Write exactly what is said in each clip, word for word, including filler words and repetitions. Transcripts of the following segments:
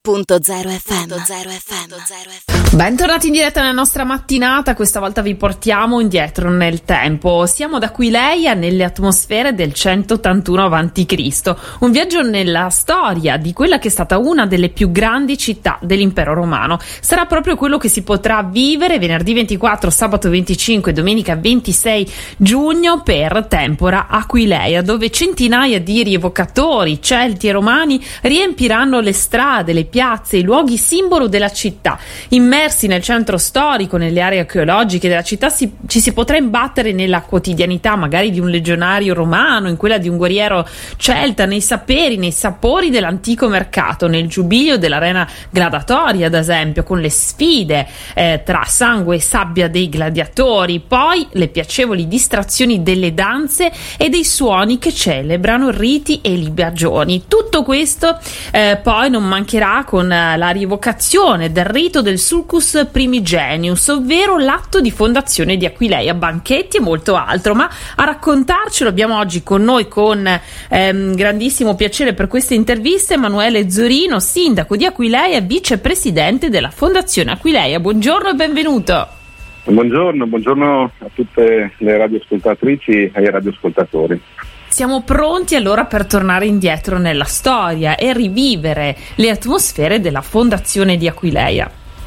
Punto zero F M. Bentornati in diretta nella nostra mattinata, questa volta vi portiamo indietro nel tempo. Siamo ad Aquileia, nelle atmosfere del centottantuno avanti Cristo, un viaggio nella storia di quella che è stata una delle più grandi città dell'impero romano. Sarà proprio quello che si potrà vivere venerdì ventiquattro, sabato venticinque e domenica ventisei giugno per Tempora Aquileia, dove centinaia di rievocatori celti e romani riempiranno le strade, le piazze, i luoghi simbolo della città. Immersi nel centro storico, nelle aree archeologiche della città, si, ci si potrà imbattere nella quotidianità magari di un legionario romano, in quella di un guerriero celta, nei saperi, nei sapori dell'antico mercato, nel giubileo dell'arena gradatoria, ad esempio, con le sfide eh, tra sangue e sabbia dei gladiatori, poi le piacevoli distrazioni delle danze e dei suoni che celebrano riti e libagioni. Tutto questo eh, poi non mancherà con la rievocazione del rito del Sulcus Primigenius, ovvero l'atto di fondazione di Aquileia, banchetti e molto altro. Ma a raccontarcelo abbiamo oggi con noi, con ehm, grandissimo piacere per queste interviste, Emanuele Zorino, sindaco di Aquileia e vicepresidente della Fondazione Aquileia. Buongiorno e benvenuto. Buongiorno, buongiorno a tutte le radioascoltatrici e ai radioascoltatori. Siamo pronti allora per tornare indietro nella storia e rivivere le atmosfere della fondazione di Aquileia.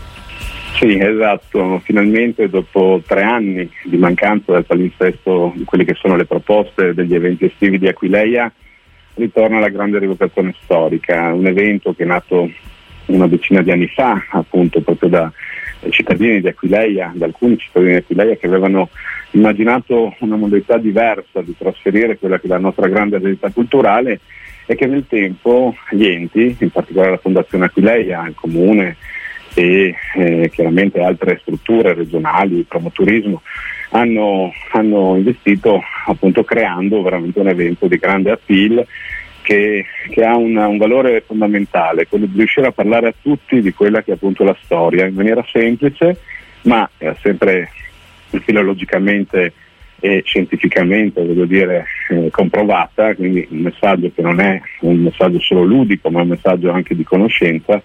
Sì, esatto. Finalmente, dopo tre anni di mancanza del palinsesto di quelle che sono le proposte degli eventi estivi di Aquileia, ritorna la grande rievocazione storica, un evento che è nato una decina di anni fa, appunto proprio da cittadini di Aquileia, da alcuni cittadini di Aquileia che avevano immaginato una modalità diversa di trasferire quella che è la nostra grande eredità culturale, e che nel tempo gli enti, in particolare la Fondazione Aquileia, il Comune e eh, chiaramente altre strutture regionali, il promoturismo, hanno, hanno investito appunto creando veramente un evento di grande appeal che, che ha una, un valore fondamentale, quello di riuscire a parlare a tutti di quella che è appunto la storia in maniera semplice, ma eh, sempre filologicamente e scientificamente, voglio dire, eh, comprovata, quindi un messaggio che non è un messaggio solo ludico, ma un messaggio anche di conoscenza,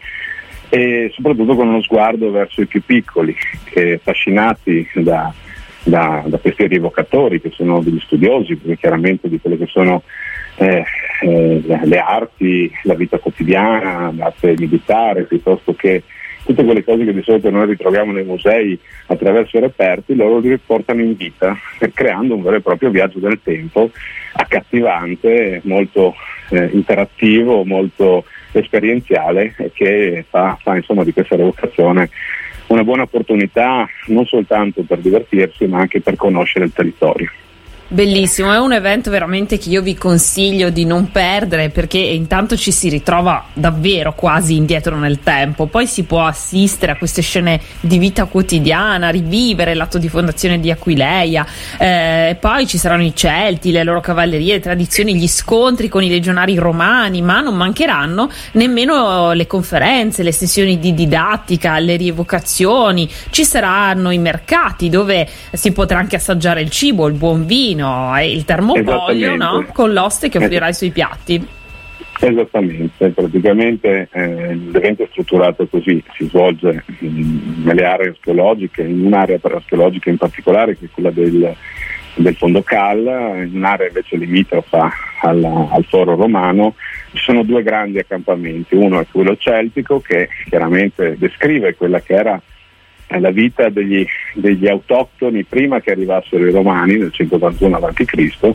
e soprattutto con uno sguardo verso i più piccoli, che affascinati da, da, da questi rievocatori, che sono degli studiosi, perché chiaramente di quelle che sono eh, eh, le arti, la vita quotidiana, l'arte militare, piuttosto che tutte quelle cose che di solito noi ritroviamo nei musei attraverso i reperti, loro li riportano in vita, creando un vero e proprio viaggio del tempo accattivante, molto eh, interattivo, molto esperienziale, e che fa, fa insomma di questa rievocazione una buona opportunità non soltanto per divertirsi, ma anche per conoscere il territorio. Bellissimo, è un evento veramente che io vi consiglio di non perdere, perché intanto ci si ritrova davvero quasi indietro nel tempo, poi si può assistere a queste scene di vita quotidiana, rivivere l'atto di fondazione di Aquileia, eh, poi ci saranno i Celti, le loro cavallerie, le tradizioni, gli scontri con i legionari romani, ma non mancheranno nemmeno le conferenze, le sessioni di didattica, le rievocazioni, ci saranno i mercati dove si potrà anche assaggiare il cibo, il buon vino, e il termopolio, no? Con l'oste che offrirà i suoi piatti. Esattamente, praticamente eh, l'evento è strutturato così, si svolge mh, nelle aree archeologiche, in un'area archeologica in particolare che è quella del, del Fondo Cal, in un'area invece limitrofa al, al Foro Romano. Ci sono due grandi accampamenti, uno è quello celtico, che chiaramente descrive quella che era la vita degli, degli autoctoni prima che arrivassero i romani nel centottantuno avanti Cristo,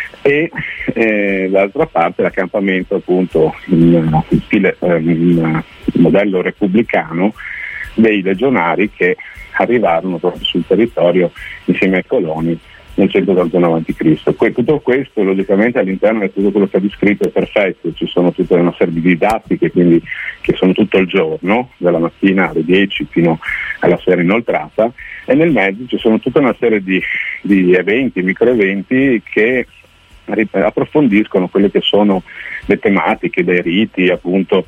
e eh, l'altra parte l'accampamento appunto in, in stile eh, in modello repubblicano dei legionari che arrivarono proprio sul territorio insieme ai coloni nel centottantuno avanti Cristo. Que- tutto questo logicamente all'interno di tutto quello che è descritto è perfetto, ci sono tutta una serie di didattiche, quindi che sono tutto il giorno, dalla mattina alle dieci fino alla sera inoltrata, e nel mezzo ci sono tutta una serie di, di eventi, microeventi che approfondiscono quelle che sono le tematiche dei riti appunto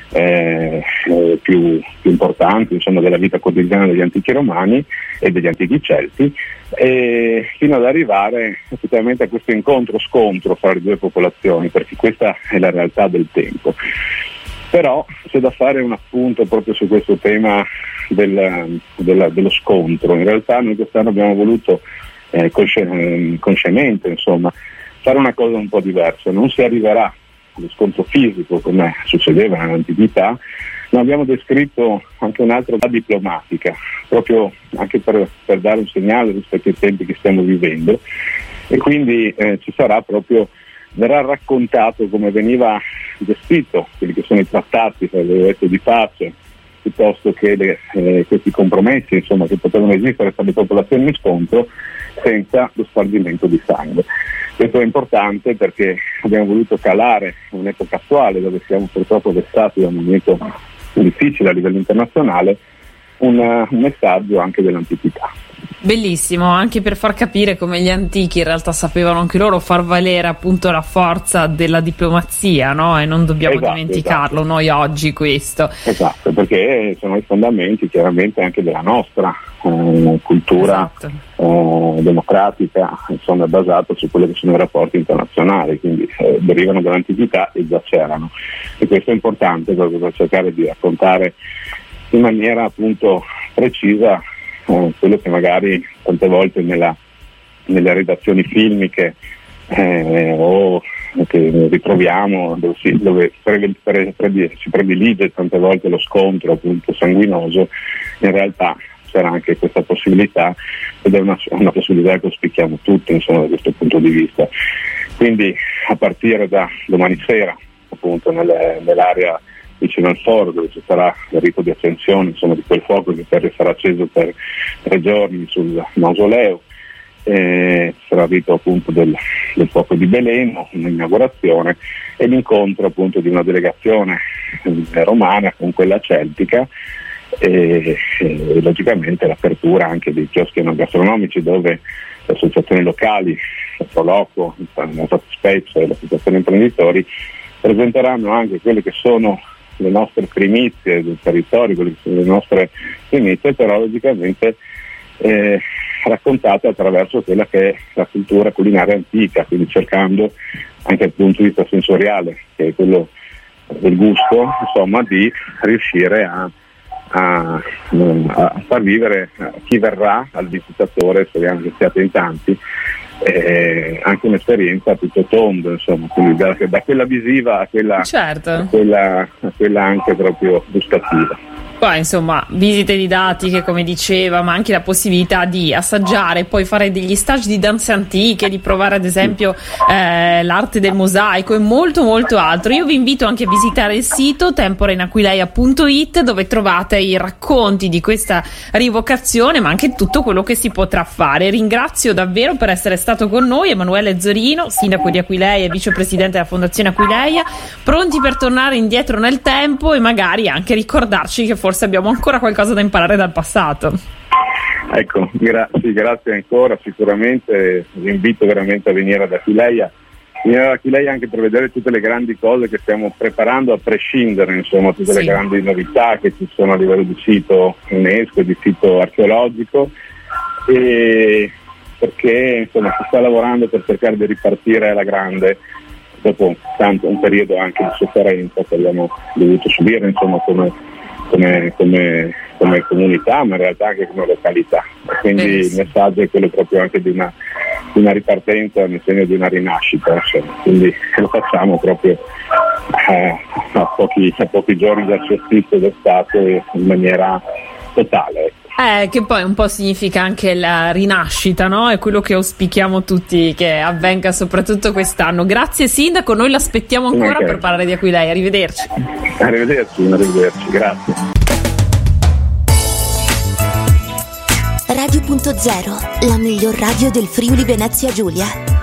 eh, eh, più, più importanti, insomma, della vita quotidiana degli antichi romani e degli antichi celti, e fino ad arrivare effettivamente a questo incontro-scontro fra le due popolazioni, perché questa è la realtà del tempo. Però c'è da fare un appunto proprio su questo tema del, della, dello scontro. In realtà noi quest'anno abbiamo voluto eh, consci- consciamente insomma, fare una cosa un po' diversa. Non si arriverà allo scontro fisico come succedeva nell'antichità, ma abbiamo descritto anche un'altra diplomatica, proprio anche per, per dare un segnale rispetto ai tempi che stiamo vivendo, e quindi eh, ci sarà proprio, verrà raccontato come veniva gestito quelli che sono i trattati di pace, piuttosto che le, eh, questi compromessi insomma, che potevano esistere tra le popolazioni in scontro senza lo spargimento di sangue. Questo è importante perché abbiamo voluto calare in un'epoca attuale dove siamo purtroppo vessati da un momento difficile a livello internazionale, un, un messaggio anche dell'antichità. Bellissimo, anche per far capire come gli antichi in realtà sapevano anche loro far valere appunto la forza della diplomazia, no? E non dobbiamo esatto, dimenticarlo esatto. Noi oggi questo. Esatto, perché sono i fondamenti chiaramente anche della nostra eh, cultura esatto. eh, democratica, insomma basata su quelli che sono i rapporti internazionali, quindi eh, derivano dall'antichità e già c'erano. E questo è importante proprio per cercare di raccontare in maniera appunto precisa Eh, quello che magari tante volte nella, nelle redazioni filmiche eh, o che ritroviamo dove, si, dove pre, pre, pre, si predilige tante volte lo scontro appunto sanguinoso, in realtà c'era anche questa possibilità ed è una, una possibilità che auspichiamo tutti insomma, da questo punto di vista. Quindi a partire da domani sera appunto nelle, nell'area vicino al foro dove ci sarà il rito di accensione insomma, di quel fuoco che sarà acceso per tre giorni sul mausoleo, eh, sarà il rito appunto del, del fuoco di Belemo, un'inaugurazione e l'incontro appunto di una delegazione eh, romana con quella celtica e, e logicamente l'apertura anche dei chioschi enogastronomici dove le associazioni locali, il Proloco, la Fattispecie e le associazioni imprenditori presenteranno anche quelle che sono le nostre primizie del territorio, quelle che sono le nostre primizie, però logicamente eh, raccontate attraverso quella che è la cultura culinaria antica, quindi cercando anche dal punto di vista sensoriale, che è quello del gusto, insomma, di riuscire a, a, a far vivere a chi verrà, al visitatore, speriamo che siate in tanti, Eh, anche un'esperienza a tutto tondo, insomma, quindi da, da quella visiva a quella, certo. a quella, a quella anche proprio gustativa. Poi insomma visite didattiche come diceva, ma anche la possibilità di assaggiare, poi fare degli stage di danze antiche, di provare ad esempio eh, l'arte del mosaico e molto molto altro. Io vi invito anche a visitare il sito temporeinaquileia punto it dove trovate i racconti di questa rivocazione ma anche tutto quello che si potrà fare. Ringrazio davvero per essere stato con noi Emanuele Zorino, sindaco di Aquileia e vicepresidente della Fondazione Aquileia, pronti per tornare indietro nel tempo e magari anche ricordarci che forse abbiamo ancora qualcosa da imparare dal passato. Ecco, gra- sì, grazie ancora, sicuramente vi invito veramente a venire ad Aquileia, venire ad Aquileia anche per vedere tutte le grandi cose che stiamo preparando a prescindere, insomma, tutte sì. le grandi novità che ci sono a livello di sito UNESCO e di sito archeologico, e perché insomma si sta lavorando per cercare di ripartire alla grande dopo tanto un periodo anche di sofferenza che abbiamo dovuto subire insomma come Come, come, come comunità, ma in realtà anche come località. Quindi Benissimo. Il messaggio è quello proprio anche di una, di una ripartenza nel segno di una rinascita, insomma. Quindi lo facciamo proprio eh, a, pochi, a pochi giorni dal solstizio d'estate in maniera totale. Eh, che poi un po' significa anche la rinascita, no? È quello che auspichiamo tutti che avvenga soprattutto quest'anno. Grazie Sindaco, noi l'aspettiamo ancora okay. per parlare di Aquileia. Arrivederci. Arrivederci, arrivederci, grazie. Radio punto zero, la miglior radio del Friuli Venezia Giulia.